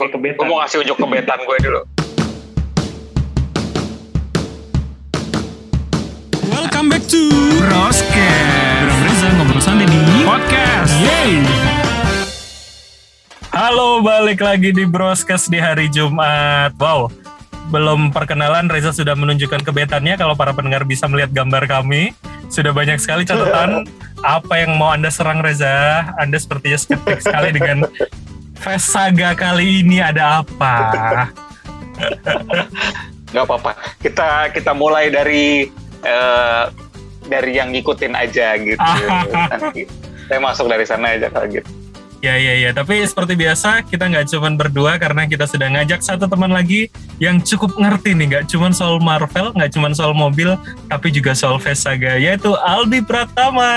kebetan. Gue mau ngasih unjuk kebetan gue dulu. Welcome back to Broscast. Bro Reza ngobrol santai di podcast. Yeay. Halo, balik lagi di Broscast di hari Jumat. Wow, belum perkenalan Reza sudah menunjukkan kebetannya. Kalau para pendengar bisa melihat gambar kami, sudah banyak sekali catatan. Apa yang mau Anda serang, Reza? Anda sepertinya skeptik sekali dengan Fast Saga kali ini. Ada apa? Gak apa-apa. Kita mulai dari yang ngikutin aja gitu. Nanti saya masuk dari sana aja kalau gitu. Ya. Tapi seperti biasa kita nggak cuma berdua karena kita sudah ngajak satu teman lagi yang cukup ngerti nih, nggak cuma soal Marvel, nggak cuma soal mobil, tapi juga soal Fast Saga, yaitu Albi Pratama.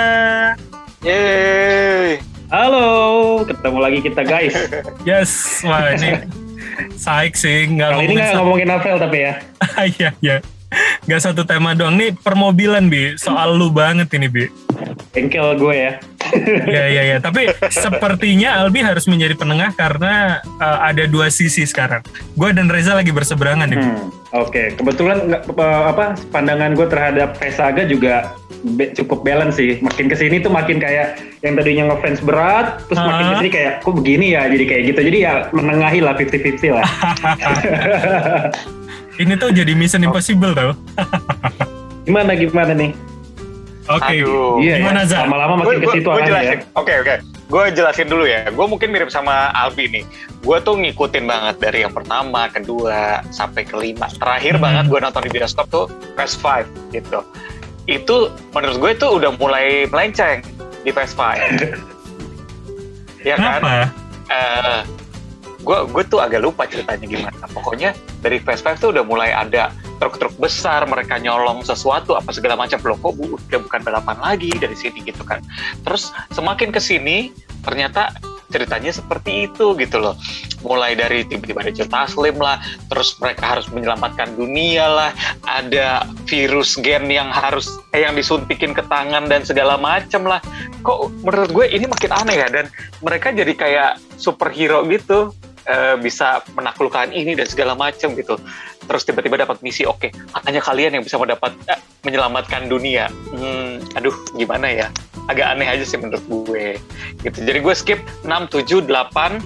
Yeay. Halo, ketemu lagi kita guys. Yes, wah ini saik sih. Kali ini nggak ngomongin novel tapi ya. Iya. Nggak satu tema doang nih, permobilan Bi. Soal lu banget ini Bi. Bengkel gue ya. Iya. Tapi sepertinya Albi harus menjadi penengah karena ada dua sisi sekarang. Gue dan Reza lagi berseberangan nih. Oke. Kebetulan pandangan gue terhadap Fast Saga juga cukup balance sih. Makin kesini tuh makin kayak yang tadinya ngefans berat, terus makin kesini kayak kok begini ya, jadi kayak gitu. Jadi ya menengahi lah, 50-50 lah. Ini tuh jadi Mission Impossible tau. Gimana nih? Oke, iya, gimana Za? Lama-lama makin ke situ aja ya. Oke. Gue jelasin dulu ya. Gue mungkin mirip sama Albi nih. Gue tuh ngikutin banget dari yang pertama, kedua, sampai kelima. Terakhir banget gue nonton di bioskop tuh Fast 5 gitu. Itu menurut gue tuh udah mulai melenceng di Fast 5. Ya kan? Gue tuh agak lupa ceritanya gimana. Pokoknya dari Fast 5 tuh udah mulai ada truk-truk besar, mereka nyolong sesuatu apa segala macam. Loh kok udah bukan balapan lagi dari sini gitu kan. Terus semakin kesini ternyata ceritanya seperti itu gitu loh. Mulai dari tiba-tiba ada Joe Taslim lah, terus mereka harus menyelamatkan dunia lah, ada virus gen yang disuntikin ke tangan dan segala macam lah. Kok menurut gue ini makin aneh ya, dan mereka jadi kayak superhero gitu. Bisa menaklukkan ini dan segala macam gitu. Terus tiba-tiba dapat misi, oke, hanya kalian yang bisa menyelamatkan dunia. Aduh, gimana ya? Agak aneh aja sih menurut gue. Gitu. Jadi gue skip 6, 7, 8.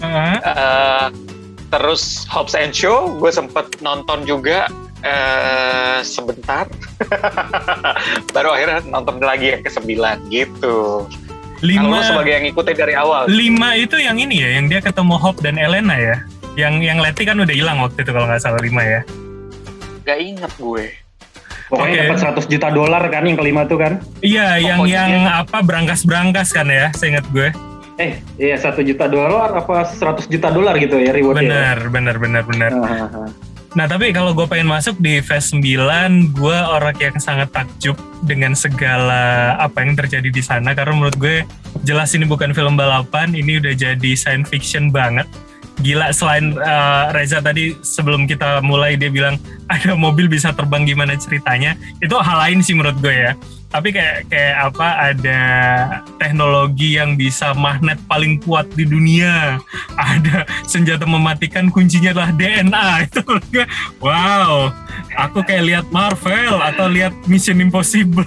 Terus Hobbs and Shaw, gue sempet nonton juga sebentar. Baru akhirnya nonton lagi yang ke-9 gitu. 5 kalau sebagai yang ngikutin dari awal. 5 itu yang ini ya, yang dia ketemu Hope dan Elena ya. Yang Letty kan udah hilang waktu itu kalau nggak salah 5 ya. Gak inget gue. Pokoknya dapat $100 juta kan yang kelima tuh kan? Iya, yang apa berangkas kan ya, seingat gue. Iya $1 juta apa $100 juta gitu ya rewardnya. Benar. Nah tapi kalau gue pengen masuk di Fast 9, gue orang yang sangat takjub dengan segala apa yang terjadi di sana, karena menurut gue jelas ini bukan film balapan, ini udah jadi science fiction banget. Gila, selain Reza tadi sebelum kita mulai dia bilang ada mobil bisa terbang, gimana ceritanya, itu hal lain sih menurut gue ya. Tapi kayak apa, ada teknologi yang bisa magnet paling kuat di dunia, ada senjata mematikan kuncinya adalah DNA. Itu wow, aku kayak lihat Marvel atau lihat Mission Impossible.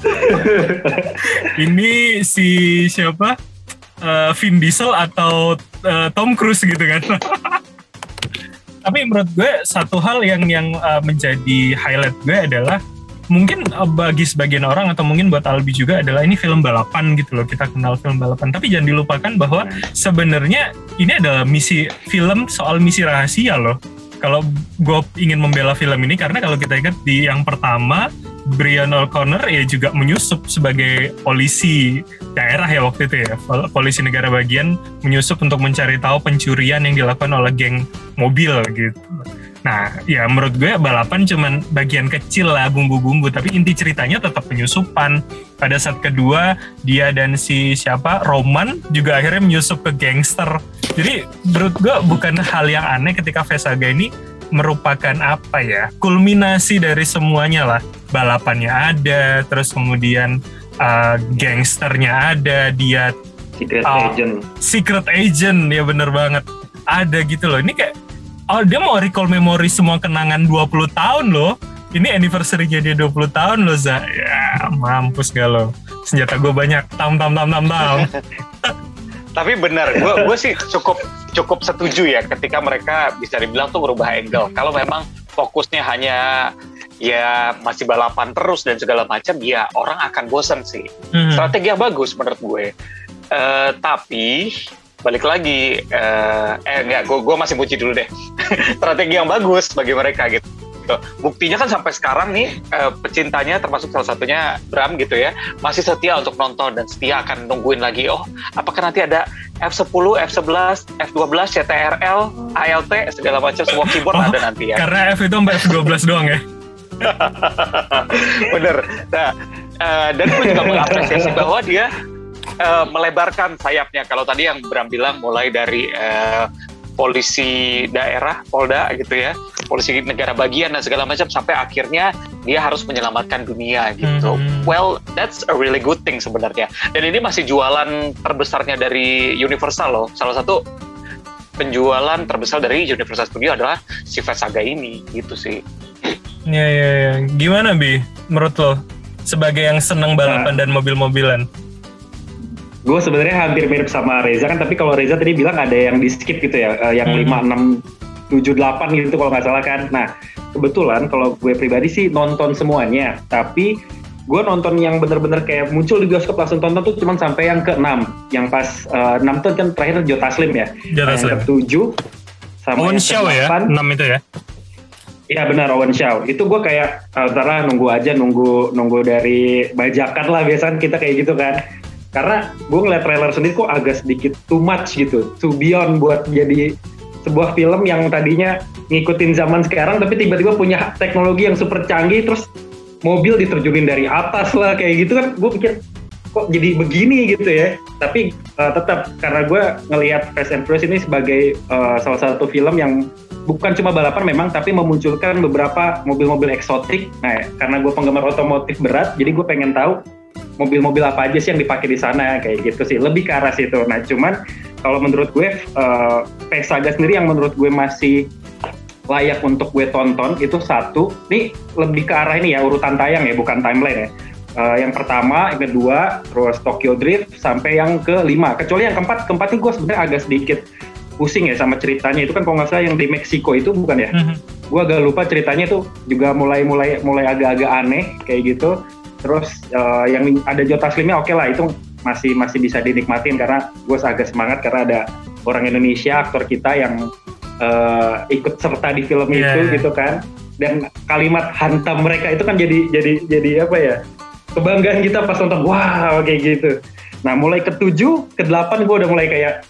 Ini si siapa, Vin Diesel atau Tom Cruise gitu kan. Tapi menurut gue satu hal yang menjadi highlight gue adalah, mungkin bagi sebagian orang atau mungkin buat Albi juga, adalah ini film balapan gitu loh, kita kenal film balapan. Tapi jangan dilupakan bahwa sebenarnya ini adalah film soal misi rahasia loh. Kalau gue ingin membela film ini karena kalau kita ingat di yang pertama, Brian O'Connor ya juga menyusup sebagai polisi daerah ya waktu itu ya, polisi negara bagian, menyusup untuk mencari tahu pencurian yang dilakukan oleh geng mobil gitu. Nah, ya menurut gue balapan cuman bagian kecil lah, bumbu-bumbu, tapi inti ceritanya tetap penyusupan. Pada saat kedua, dia dan si Roman juga akhirnya menyusup ke gangster. Jadi menurut gue bukan hal yang aneh ketika Fast Saga ini merupakan apa ya, kulminasi dari semuanya lah. Balapannya ada, terus kemudian gangsternya ada, dia Secret Agent ya bener banget. ada gitu loh. Ini kayak dia mau recall memori semua kenangan 20 tahun loh. Ini anniversary-nya dia 20 tahun loh, Za. Ya, mampus gak lo. Senjata gue banyak. Tam. Tapi benar, gue sih cukup setuju ya ketika mereka bisa dibilang tuh merubah angle. Kalau memang fokusnya hanya ya masih balapan terus dan segala macam, ya orang akan bosan sih. Strategi yang bagus menurut gue. Tapi balik lagi, gue masih puji dulu deh. Strategi yang bagus bagi mereka gitu. Buktinya kan sampai sekarang nih pecintanya termasuk salah satunya Bram gitu ya, masih setia untuk nonton dan setia akan nungguin lagi. Oh, apakah nanti ada F10, F11, F12, CTRL, ALT segala macam semua keyboard ada nanti ya. Karena F itu sampai F12 doang ya. Bener. Nah, dan gue juga mengapresiasi bahwa dia melebarkan sayapnya. Kalau tadi yang Bram bilang mulai dari polisi daerah, Polda gitu ya, polisi negara bagian dan segala macam, sampai akhirnya dia harus menyelamatkan dunia gitu. Well, that's a really good thing sebenarnya. Dan ini masih jualan terbesarnya dari Universal loh. Salah satu penjualan terbesar dari Universal Studio adalah si Fast Saga ini gitu sih. Ya. Gimana Bi, menurut lo sebagai yang seneng balapan dan mobil-mobilan? Gue sebenarnya hampir mirip sama Reza kan, tapi kalau Reza tadi bilang ada yang di skip gitu ya, yang 5, 6, 7, 8 gitu kalau nggak salah kan. Nah, kebetulan kalau gue pribadi sih nonton semuanya, tapi gue nonton yang bener-bener kayak muncul di bioskop langsung tonton tuh cuman sampai yang ke-6. Yang pas 6 tuh kan terakhir Joe Taslim ya. Yang ke-7 sama Owen yang Shaw ya, 6 itu ya? Iya benar, Owen Shaw. Itu gue kayak, ntar nunggu aja, nunggu dari bajakan lah, biasanya kita kayak gitu kan. Karena gue ngeliat trailer sendiri kok agak sedikit too much gitu, too beyond buat jadi sebuah film yang tadinya ngikutin zaman sekarang tapi tiba-tiba punya teknologi yang super canggih, terus mobil diterjunin dari atas lah kayak gitu kan. Gue pikir kok jadi begini gitu ya. Tapi tetap karena gue ngelihat Fast and Furious ini sebagai salah satu film yang bukan cuma balapan memang, tapi memunculkan beberapa mobil-mobil eksotik. Nah, karena gue penggemar otomotif berat, jadi gue pengen tahu mobil-mobil apa aja sih yang dipakai di sana kayak gitu sih, lebih ke arah situ. Nah cuman kalau menurut gue Fast Saga sendiri yang menurut gue masih layak untuk gue tonton itu satu, ini lebih ke arah ini ya, urutan tayang ya, bukan timeline ya. Yang pertama, yang kedua, terus Tokyo Drift sampai yang kelima. Kecuali yang keempat ini gue sebenarnya agak sedikit pusing ya sama ceritanya. Itu kan kalau nggak salah yang di Meksiko itu bukan ya? Gue agak lupa ceritanya itu juga mulai agak-agak aneh kayak gitu. Terus yang ada Joe Taslimnya oke lah, itu masih bisa dinikmatin karena gue agak semangat karena ada orang Indonesia, aktor kita yang ikut serta di film itu gitu kan. Dan kalimat hantam mereka itu kan jadi apa ya, kebanggaan kita pas nonton, wow kayak gitu. Nah mulai ke-7, ke-8 gue udah mulai kayak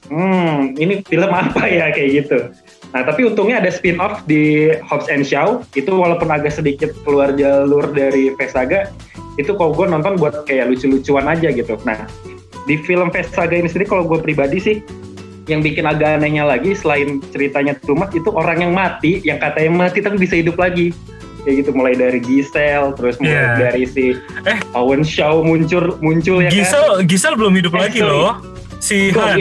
ini film apa ya kayak gitu. Nah tapi untungnya ada spin-off di Hobbs and Shaw, itu walaupun agak sedikit keluar jalur dari Fast Saga, itu kalau gue nonton buat kayak lucu-lucuan aja gitu. Nah di film Fast Saga ini sendiri kalau gue pribadi sih, yang bikin agak anehnya lagi selain ceritanya too much, itu orang yang mati, yang katanya mati tapi bisa hidup lagi. Kayak gitu, mulai dari Giselle, terus mulai dari si Owen Shaw muncul ya kan. Giselle belum hidup lagi loh. Si Han.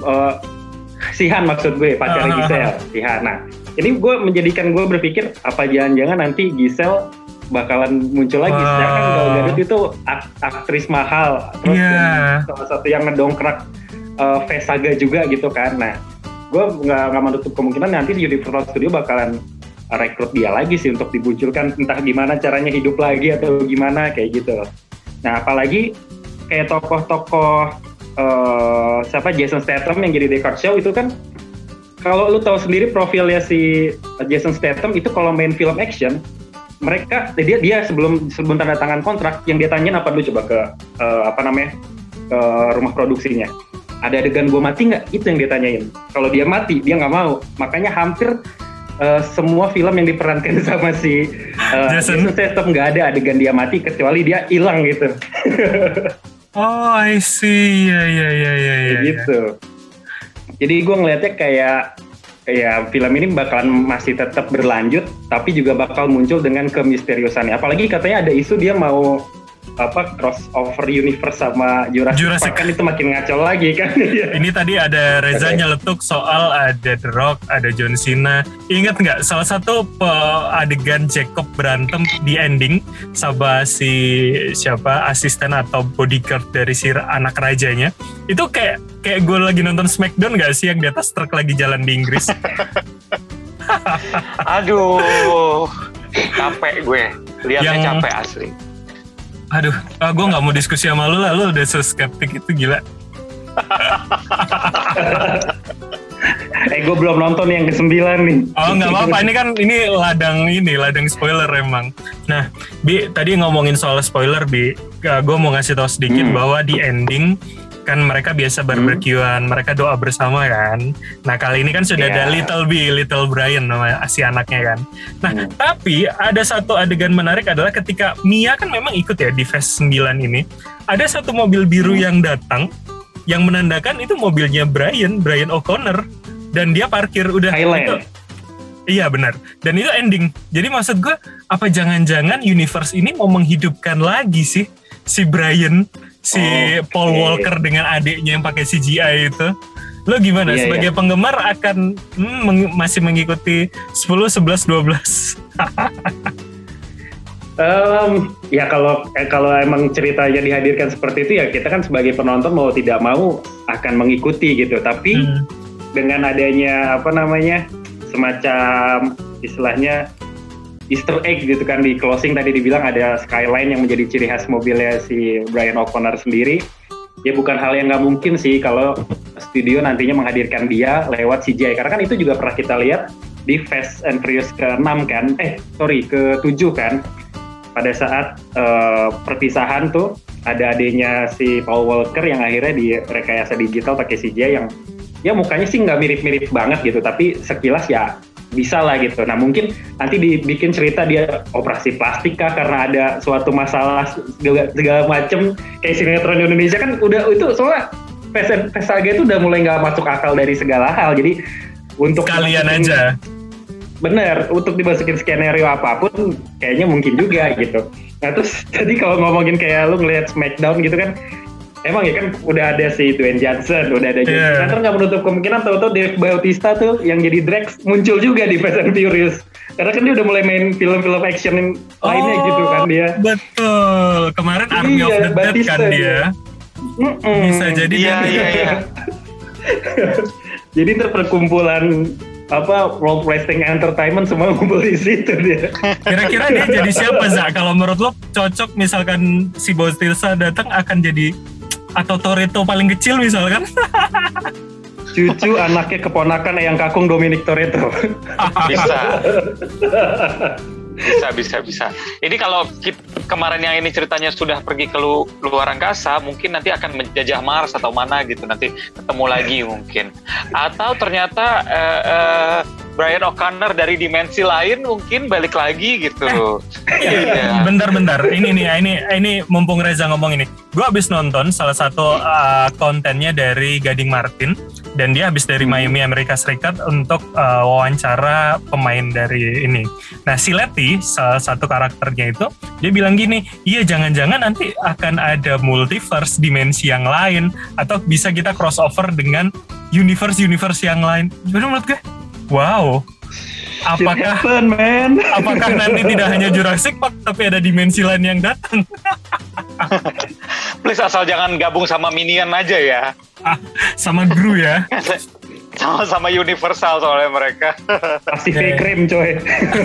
Si Han maksud gue, pacarnya Giselle, si Han. Nah, ini menjadikan gue berpikir apa jangan-jangan nanti Giselle bakalan muncul lagi. Sedangkan Gal Gadot itu aktris mahal, terus salah satu yang ngedongkrak Fast Saga juga gitu kan. Nah, gue nggak menutup kemungkinan nanti di Universal Studio bakalan rekrut dia lagi sih untuk dimunculkan, entah gimana caranya hidup lagi atau gimana kayak gitu. Nah, apalagi kayak tokoh-tokoh siapa Jason Statham yang jadi Deckard Shaw itu kan, kalau lu tahu sendiri profilnya si Jason Statham itu kalau main film action, mereka dia sebelum tanda tangan kontrak yang dia tanyain apa dulu coba ke ke rumah produksinya, ada adegan gue mati nggak, itu yang dia tanyain. Kalau dia mati dia nggak mau, makanya hampir semua film yang diperankan sama si Jason Statham nggak ada adegan dia mati kecuali dia hilang gitu. Oh, I see. Ya. Gitu. Jadi gue ngelihatnya kayak film ini bakalan masih tetap berlanjut, tapi juga bakal muncul dengan kemisteriusannya. Apalagi katanya ada isu dia mau crossover universe sama Jurassic Park kan itu makin ngaco lagi kan. Ini tadi ada Reza nyeletuk soal ada The Rock, ada John Cena. Ingat nggak salah satu adegan Jacob berantem di ending sama si siapa asisten atau bodyguard dari si anak rajanya? Itu kayak gue lagi nonton Smackdown nggak sih yang di atas truk lagi jalan di Inggris? Aduh, capek gue. Lihatnya capek asli. Aduh, gue nggak mau diskusi sama lu lah, lu udah so skeptik itu gila. Gue belum nonton yang ke-9 nih. Oh nggak apa-apa, ini ladang spoiler emang. Nah, Bi, tadi ngomongin soal spoiler, Bi, gue mau ngasih tau sedikit bahwa di ending kan mereka biasa barbekyuan, mereka doa bersama kan. Nah kali ini kan sudah ada Little Brian nama si anaknya kan. Nah tapi ada satu adegan menarik adalah ketika Mia kan memang ikut ya di Fast 9 ini. Ada satu mobil biru yang datang, yang menandakan itu mobilnya Brian O'Connor. Dan dia parkir udah. Itu, iya benar. Dan itu ending. Jadi maksud gue, apa jangan-jangan universe ini mau menghidupkan lagi sih si Brian, si Paul Walker dengan adiknya yang pakai CGI itu. Lo gimana? Sebagai penggemar akan masih mengikuti 10, 11, 12? Ya kalau emang ceritanya dihadirkan seperti itu ya kita kan sebagai penonton mau tidak mau akan mengikuti gitu. Tapi dengan adanya semacam istilahnya Easter egg gitu kan di closing tadi dibilang ada skyline yang menjadi ciri khas mobilnya si Brian O'Connor sendiri. Ya bukan hal yang nggak mungkin sih kalau studio nantinya menghadirkan dia lewat CGI. Karena kan itu juga pernah kita lihat di Fast and Furious ke-6 kan, ke-7 kan. Pada saat perpisahan tuh ada adanya si Paul Walker yang akhirnya direkayasa digital pakai CGI yang ya mukanya sih nggak mirip-mirip banget gitu, tapi sekilas ya bisa lah gitu. Nah mungkin nanti dibikin cerita dia operasi plastik kah karena ada suatu masalah segala macem kayak sinetron di Indonesia kan udah itu soalnya Fast Saga itu udah mulai nggak masuk akal dari segala hal. Jadi untuk kalian aja bener untuk dimasukin skenario apapun kayaknya mungkin juga gitu. Nah terus tadi kalau ngomongin kayak lu ngelihat Smackdown gitu kan, emang ya kan udah ada si Dwayne Johnson, udah ada John Cena, kan nggak menutup kemungkinan tahu-tahu Dave Bautista tuh yang jadi Drax muncul juga di Fast and Furious. Karena kan dia udah mulai main film-film action lainnya gitu kan dia. Betul, kemarin Army of the Dead kan dia. Bisa jadi iya. Jadi perkumpulan World Wrestling Entertainment semua ngumpul di situ dia. Kira-kira dia jadi siapa, Za? Kalau menurut lo cocok misalkan si Bautista datang akan jadi atau Toretto paling kecil misalkan? Cucu anaknya keponakan Eyang Kakung Dominic Toretto. Bisa. Ini kalau kemarin yang ini ceritanya sudah pergi ke luar angkasa, mungkin nanti akan menjajah Mars atau mana gitu, nanti ketemu lagi mungkin. Atau ternyata Brian O'Connor dari dimensi lain mungkin balik lagi gitu. Bentar. Ini mumpung Reza ngomong ini. Gue habis nonton salah satu kontennya dari Gading Martin. Dan dia habis dari Miami, Amerika Serikat untuk wawancara pemain dari ini. Nah si Letty, salah satu karakternya itu, dia bilang gini, iya jangan-jangan nanti akan ada multiverse dimensi yang lain, atau bisa kita crossover dengan universe yang lain. Gimana menurut gue? Wow. Apakah nanti tidak hanya Jurassic Park, tapi ada dimensi lain yang datang? Please asal jangan gabung sama Minion aja ya. Sama Gru ya. Sama Universal soalnya mereka. Pasti fake cream coy.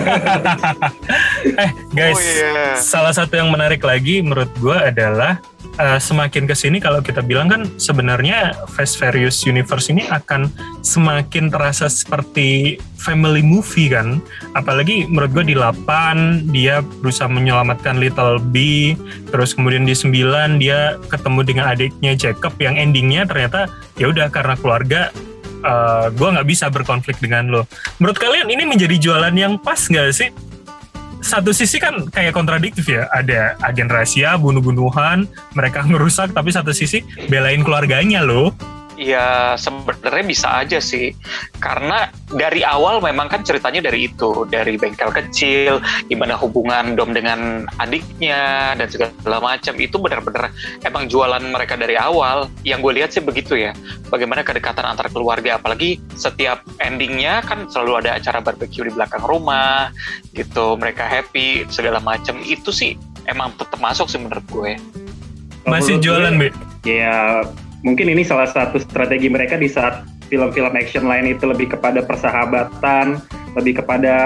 Guys, salah satu yang menarik lagi menurut gue adalah semakin kesini kalau kita bilang kan sebenarnya Fast Furious Universe ini akan semakin terasa seperti family movie kan. Apalagi menurut gue di 8 dia berusaha menyelamatkan Little B, terus kemudian di 9 dia ketemu dengan adiknya Jacob yang endingnya ternyata ya udah karena keluarga gue nggak bisa berkonflik dengan lo. Menurut kalian ini menjadi jualan yang pas nggak sih? Satu sisi kan kayak kontradiktif ya, ada agen rahasia, bunuh-bunuhan, mereka ngerusak, tapi satu sisi belain keluarganya loh. Ya sebenarnya bisa aja sih, karena dari awal memang kan ceritanya dari itu, dari bengkel kecil, gimana hubungan Dom dengan adiknya dan segala macam, itu benar-benar emang jualan mereka dari awal. Yang gue lihat sih begitu ya, bagaimana kedekatan antar keluarga, apalagi setiap endingnya kan selalu ada acara barbeque di belakang rumah, gitu, mereka happy segala macam, itu sih emang tetap masuk sih menurut gue. Masih jualan, Be? Ya mungkin ini salah satu strategi mereka di saat film-film action lain itu lebih kepada persahabatan, lebih kepada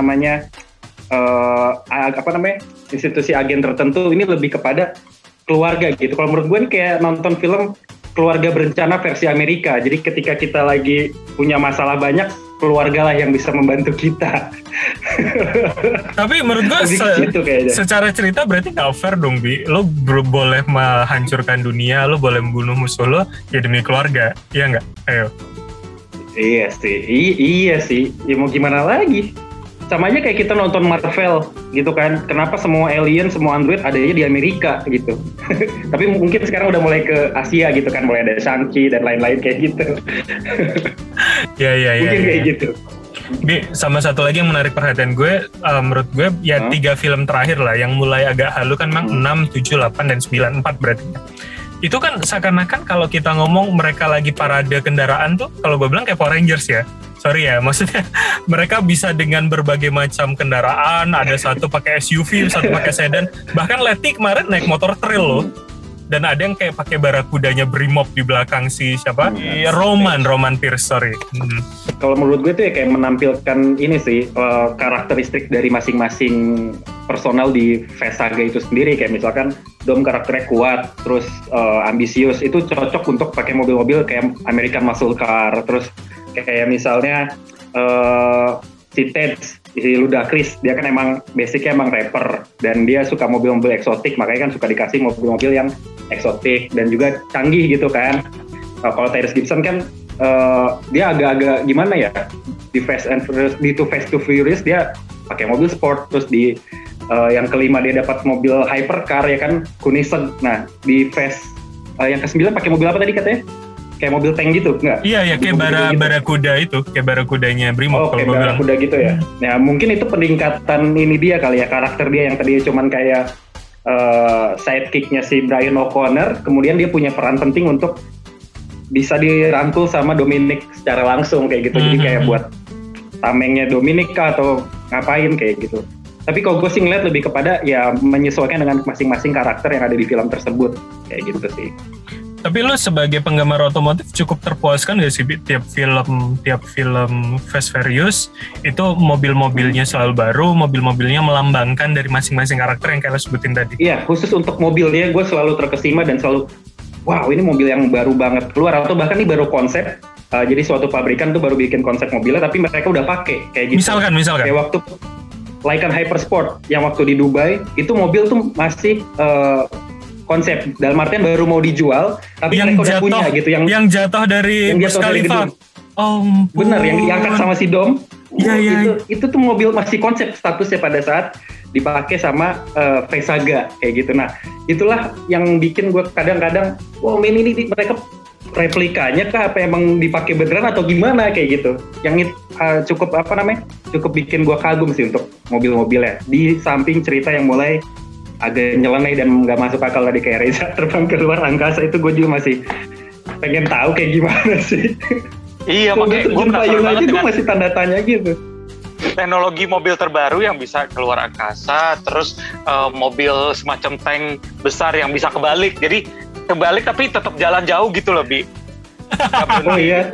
institusi agen tertentu, ini lebih kepada keluarga gitu. Kalau menurut gue ini kayak nonton film Keluarga Berencana versi Amerika. Jadi ketika kita lagi punya masalah banyak, keluarga lah yang bisa membantu kita. Tapi menurut gue secara cerita berarti gak fair dong, Bi. Lo boleh menghancurkan dunia, lo boleh membunuh musuh lo ya demi keluarga, iya nggak? Ayo. Iya sih. Ya mau gimana lagi? Sama aja kayak kita nonton Marvel gitu kan. Kenapa semua alien, semua android adanya di Amerika gitu. Tapi mungkin sekarang udah mulai ke Asia gitu kan, mulai ada Shang-Chi dan lain-lain kayak gitu. Iya. Mungkin kayak gitu. Bi, sama satu lagi yang menarik perhatian gue, menurut gue ya 3 film terakhir lah yang mulai agak halu kan memang 6, 7, 8, dan 9, 4 berarti. Itu kan seakan-akan kalau kita ngomong mereka lagi parade kendaraan tuh, kalau gue bilang kayak Power Rangers ya. Sorry ya, maksudnya mereka bisa dengan berbagai macam kendaraan, ada satu pakai SUV, satu pakai sedan, bahkan Letty kemarin naik motor trail loh. Dan ada yang kayak pakai barakudanya Brimob di belakang si siapa? Roman Pierce, sorry. Kalau menurut gue tuh ya kayak menampilkan ini sih, karakteristik dari masing-masing personal di Fast Saga itu sendiri. Kayak misalkan Dom karakternya kuat, terus ambisius, itu cocok untuk pakai mobil-mobil kayak American Muscle Car. Terus kayak misalnya si Ted, si Ludacris, dia kan emang basicnya emang rapper dan dia suka mobil-mobil eksotik, makanya kan suka dikasih mobil-mobil yang eksotik dan juga canggih gitu kan. Kalau Tyrese Gibson kan dia agak-agak gimana ya, di Fast to Furious dia pakai mobil sport, terus di yang kelima dia dapat mobil hypercar ya kan, Koenigsegg. Nah di Fast yang ke-9 pakai mobil apa tadi katanya? Kayak mobil tank gitu, enggak? Iya, kayak barakuda itu, kayak barakudanya Brimob. Kayak barakuda gitu ya. Nah, mungkin itu peningkatan ini dia kali ya, karakter dia yang tadi cuman kayak sidekick-nya si Brian O'Connor, kemudian dia punya peran penting untuk bisa dirangkul sama Dominic secara langsung kayak gitu. Jadi kayak buat tamengnya Dominic atau ngapain kayak gitu. Tapi kalau gue sih ngeliat lebih kepada ya menyesuaikan dengan masing-masing karakter yang ada di film tersebut, kayak gitu sih. Tapi lo sebagai penggemar otomotif cukup terpuaskan gak sih tiap film Fast Furious itu mobil-mobilnya selalu baru, mobil-mobilnya melambangkan dari masing-masing karakter yang kayak lo sebutin tadi? Iya, khusus untuk mobilnya gue selalu terkesima dan selalu wow ini mobil yang baru banget keluar, atau bahkan ini baru konsep. Jadi suatu pabrikan tuh baru bikin konsep mobilnya tapi mereka udah pakai kayak gitu. Misalkan kayak waktu Lykan Hypersport yang waktu di Dubai itu mobil tuh masih konsep, dalam artian baru mau dijual tapi yang mereka udah punya gitu, yang jatuh dari Burj Khalifa. Bener, yang diangkat sama si Dom. Itu tuh mobil masih konsep statusnya pada saat dipakai sama Fast Saga kayak gitu. Nah itulah yang bikin gue kadang-kadang wow ini mereka replikanya kah apa emang dipakai beneran atau gimana kayak gitu. Yang cukup cukup bikin gue kagum sih untuk mobil-mobilnya, di samping cerita yang mulai agak nyeleneh dan nggak masuk akal tadi kayak Reza terbang ke luar angkasa, itu gue juga masih pengen tahu kayak gimana sih. Iya, makanya gue penasaran banget gue masih tanda tanya gitu. Teknologi mobil terbaru yang bisa keluar angkasa, terus mobil semacam tank besar yang bisa kebalik, jadi kebalik tapi tetap jalan jauh gitu loh, Bi. Oh iya.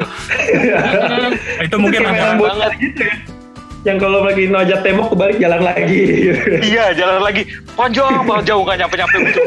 Itu mungkin ada banget gitu ya. Yang kalau lagi nojat tembok kebalik jalan lagi. Iya, jalan lagi. Panjang jauh nggak nyampe gitu.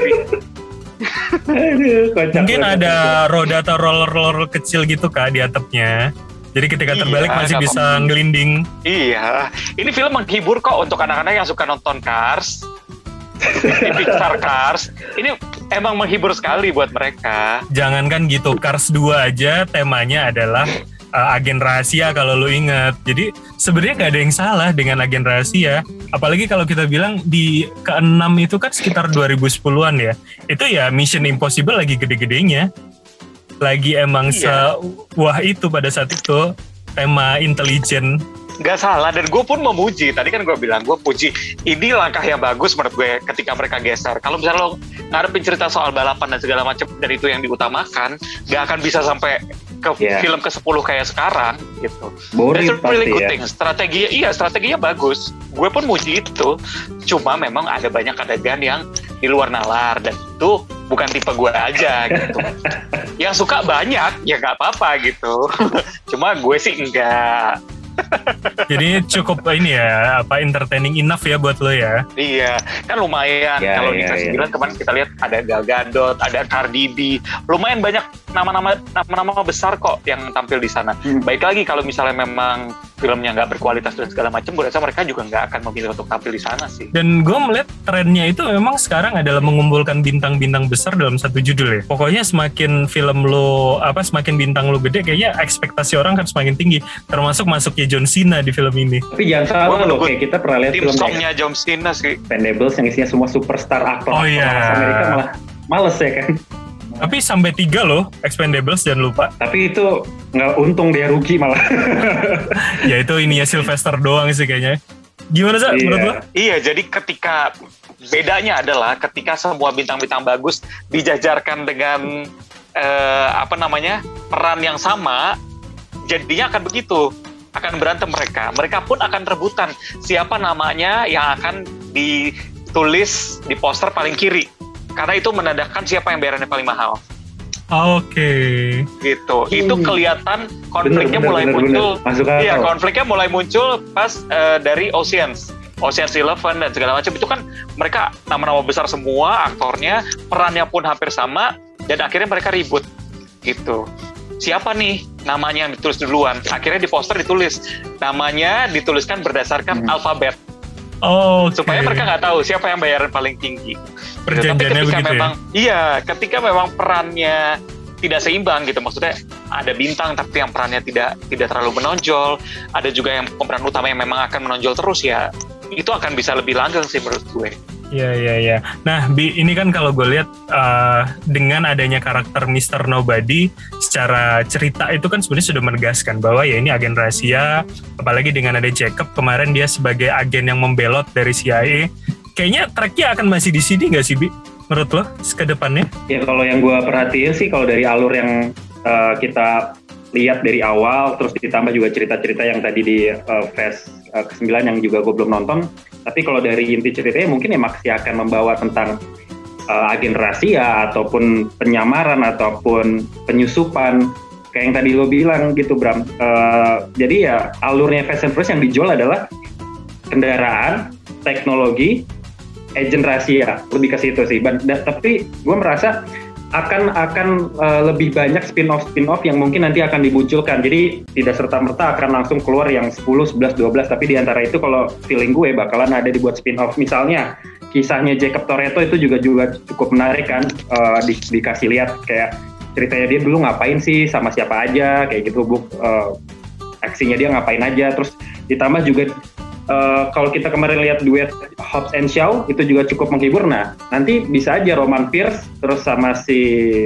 Mungkin ada roda atau roller kecil gitu di atapnya. Jadi ketika terbalik masih bisa ngelinding. Iya, ini film menghibur kok untuk anak-anak yang suka nonton Cars. Pixar Cars. Ini emang menghibur sekali buat mereka. Jangankan gitu, Cars 2 aja temanya adalah agen rahasia kalau lu ingat. Jadi sebenarnya nggak ada yang salah dengan agen rahasia. Apalagi kalau kita bilang di ke-6 itu kan sekitar 2010-an ya. Itu ya Mission Impossible lagi gede-gedenya. lagi emang Iya. wah itu pada saat itu tema intelijen. Nggak salah, dan gue pun memuji. Tadi kan gue bilang, gue puji ini langkah yang bagus menurut gue ketika mereka geser. Kalau misalnya lo ngarepin cerita soal balapan dan segala macam dan itu yang diutamakan, nggak akan bisa sampai ke film ke-10 kayak sekarang gitu. Boring That's really good pasti thing. ya. Strateginya bagus. Gue pun muji itu. Cuma memang ada banyak adegan yang di luar nalar, dan itu bukan tipe gue aja gitu. Yang suka banyak, ya nggak apa-apa gitu. Cuma gue sih enggak. Jadi cukup ini ya, entertaining enough ya buat lo ya. Iya, kan lumayan. Kalau di Fast 9 kemarin kita lihat ada Gal Gadot, ada Cardi B, lumayan banyak nama-nama besar kok yang tampil di sana. Baik lagi kalau misalnya memang filmnya nggak berkualitas dan segala macam, gue rasa mereka juga nggak akan memilih untuk tampil di sana sih. Dan gue melihat trennya itu memang sekarang adalah mengumpulkan bintang-bintang besar dalam satu judul ya. Pokoknya semakin film lo semakin bintang lo gede, kayaknya ekspektasi orang kan semakin tinggi. Termasuk masuknya John Cena di film ini. Tapi jangan salah loh, kayak kita pernah lihat tim film songnya John Cena sih. Expendables yang isinya semua superstar aktor Amerika malah males ya kan. Tapi sampai 3 loh Expendables, jangan lupa. Tapi itu nggak untung, dia rugi malah. Ya itu ininya Sylvester doang sih kayaknya. Gimana sih menurut lo? Iya, jadi ketika bedanya adalah ketika semua bintang-bintang bagus dijajarkan dengan peran yang sama, jadinya akan begitu, akan berantem mereka pun akan rebutan siapa namanya yang akan ditulis di poster paling kiri, karena itu menandakan siapa yang bayarannya paling mahal. Oke. Gitu. Itu kelihatan konfliknya mulai muncul. Iya, konfliknya mulai muncul pas dari Ocean's 11 dan segala macam. Itu kan mereka nama-nama besar semua, aktornya, perannya pun hampir sama, dan akhirnya mereka ribut. Gitu. Siapa nih namanya yang ditulis duluan? Akhirnya di poster ditulis namanya, dituliskan berdasarkan alfabet. Supaya mereka nggak tahu siapa yang bayaran paling tinggi. Perjanjiannya begitu memang, ya? Iya, ketika memang perannya tidak seimbang gitu, maksudnya ada bintang tapi yang perannya tidak terlalu menonjol, ada juga yang pemeran utama yang memang akan menonjol terus, ya itu akan bisa lebih langgeng sih menurut gue. Iya. Nah, ini kan kalau gue lihat dengan adanya karakter Mr. Nobody, secara cerita itu kan sebenarnya sudah menegaskan bahwa ya ini agen rahasia, apalagi dengan ada Jacob kemarin dia sebagai agen yang membelot dari CIA. Kayaknya tracknya akan masih di sini nggak sih, Bi? Menurut lo ke depannya? Ya kalau yang gue perhatiin sih, kalau dari alur yang kita lihat dari awal, terus ditambah juga cerita-cerita yang tadi di Fast ke-9 yang juga gue belum nonton, tapi kalau dari inti ceritanya mungkin ya masih akan membawa tentang agen rahasia ataupun penyamaran ataupun penyusupan kayak yang tadi lo bilang gitu, Bram. Jadi ya alurnya Fast and Furious yang dijual adalah kendaraan, teknologi, agent rahasia, lebih ke situ sih. Tapi gue merasa akan lebih banyak spin-off yang mungkin nanti akan dimunculkan. Jadi tidak serta-merta akan langsung keluar yang 10, 11, 12, tapi di antara itu kalau feeling gue bakalan ada dibuat spin-off. Misalnya kisahnya Jacob Toretto itu juga cukup menarik kan, dikasih lihat kayak ceritanya dia dulu ngapain sih, sama siapa aja, kayak gitu, aksinya dia ngapain aja. Terus ditambah juga kalau kita kemarin lihat duet Hobbs and Shaw itu juga cukup menghibur. Nah, nanti bisa aja Roman Pierce terus sama si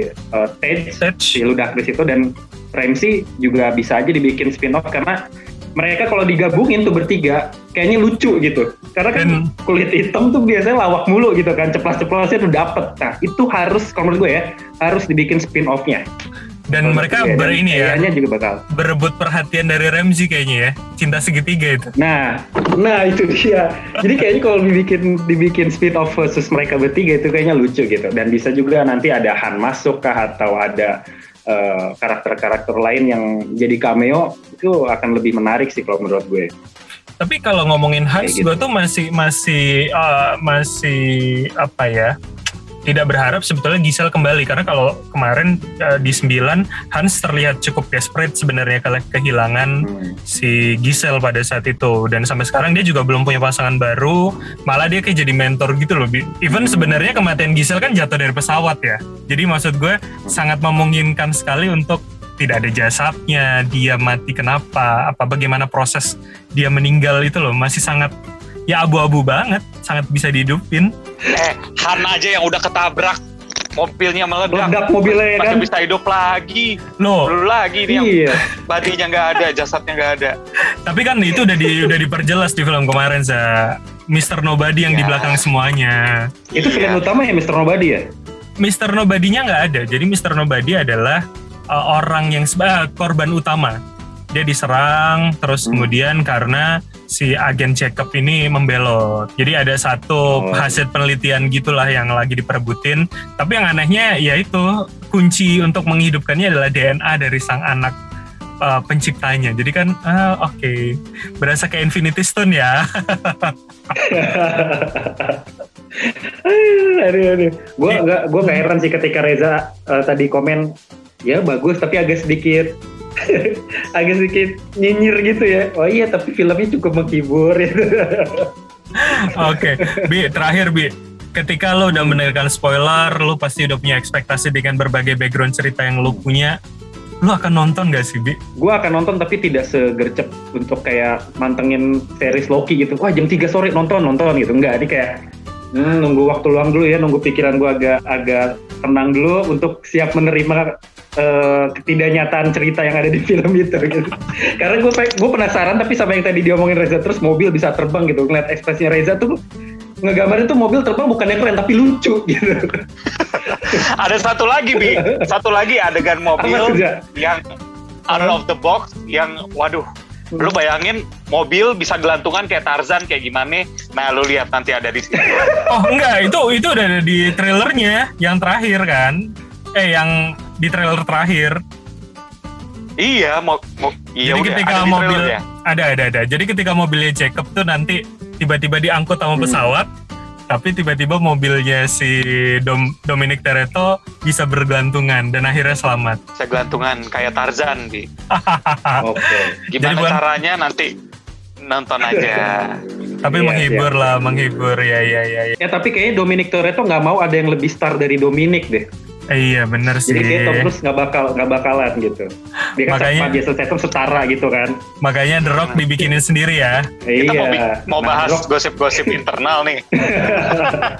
Tej, si Ludacris itu dan Ramsey juga bisa aja dibikin spin-off, karena mereka kalau digabungin tuh bertiga kayaknya lucu gitu. Karena kan kulit hitam tuh biasanya lawak mulu gitu kan, ceplas-ceplasnya tuh dapet. Nah, itu harus, kalau menurut gue ya, harus dibikin spin-off-nya. Dan mereka juga bakal berebut perhatian dari Ramsey kayaknya ya, cinta segitiga itu. Nah itu dia. Jadi kayaknya kalau dibikin spin-off versus mereka bertiga itu kayaknya lucu gitu. Dan bisa juga nanti ada Han masuk kah, atau ada karakter-karakter lain yang jadi cameo, itu akan lebih menarik sih kalau menurut gue. Tapi kalau ngomongin Hans, gue tuh masih apa ya? Tidak berharap sebetulnya Giselle kembali, karena kalau kemarin di 9 Hans terlihat cukup desperate sebenarnya kalau kehilangan si Giselle pada saat itu, dan sampai sekarang dia juga belum punya pasangan baru, malah dia kayak jadi mentor gitu loh. Even sebenarnya kematian Giselle kan jatuh dari pesawat ya, jadi maksud gue sangat memungkinkan sekali untuk tidak ada jasadnya, dia mati kenapa, bagaimana proses dia meninggal itu loh, masih sangat ya abu-abu banget, sangat bisa dihidupin. Han aja yang udah ketabrak mobilnya meledak. Meledak mobilnya ya kan. Masih bisa hidup lagi. Loh, Belum lagi nih yang Iya. badinya nggak ada, jasadnya nggak ada. tapi kan itu udah diperjelas di film kemarin, Za. Mr. Nobody yang di Ya. belakang semuanya. Itu film Iya. utama ya Mr. Nobody ya? Mr. Nobody-nya nggak ada. Jadi Mr. Nobody adalah orang yang korban utama. Dia diserang, terus kemudian karena si agen Jacob ini membelot. Jadi ada satu hasil penelitian gitulah yang lagi diperebutin. Tapi yang anehnya yaitu kunci untuk menghidupkannya adalah DNA dari sang anak penciptanya. Jadi kan, oke. Berasa kayak Infinity Stone ya. Aduh. Gue nggak heran sih ketika Reza tadi komen, ya bagus tapi agak sedikit nyinyir gitu ya. Oh iya, tapi filmnya cukup menghibur gitu. Oke, Bi, terakhir Bi. Ketika lo udah mendengarkan spoiler, lo pasti udah punya ekspektasi dengan berbagai background cerita yang lo punya. Lo akan nonton gak sih, Bi? Gue akan nonton tapi tidak segercep untuk kayak mantengin series Loki gitu. Wah, jam 3 sore nonton gitu. Enggak, ini kayak nunggu waktu luang dulu ya, nunggu pikiran gue agak tenang dulu untuk siap menerima ketidaknyataan cerita yang ada di film itu gitu. Karena gue penasaran, tapi sama yang tadi diomongin Reza, terus mobil bisa terbang gitu. Ngeliat ekspresinya Reza tuh ngegambarin tuh mobil terbang bukan yang keren tapi lucu gitu. Ada satu lagi, Bi. Satu lagi adegan mobil yang out of the box, yang waduh. Lu bayangin mobil bisa gelantungan kayak Tarzan kayak gimana? Nah, lu lihat nanti ada di sini. Oh enggak, itu udah ada di trailernya yang terakhir kan? Yang di trailer terakhir. Iya, iya. Jadi udah, ketika ada di mobil trailernya. ada. Jadi ketika mobilnya Jacob tuh nanti tiba-tiba diangkut sama pesawat, tapi tiba-tiba mobilnya si Dominic Toretto bisa bergelantungan dan akhirnya selamat. Saya gelantungan kayak Tarzan, Bi. Oke. Gimana Jadi, caranya nanti nonton aja. Tapi Iya, menghibur lah, menghibur ya. Ya tapi kayaknya Dominic Toretto nggak mau ada yang lebih star dari Dominic deh. Iya bener sih. Jadi kayak Tom Cruise nggak bakalan gitu. Dia kan sama Jason Statham setara gitu kan. Makanya The Rock dibikinin sendiri ya. Kita Iya. mau bahas gosip-gosip internal nih.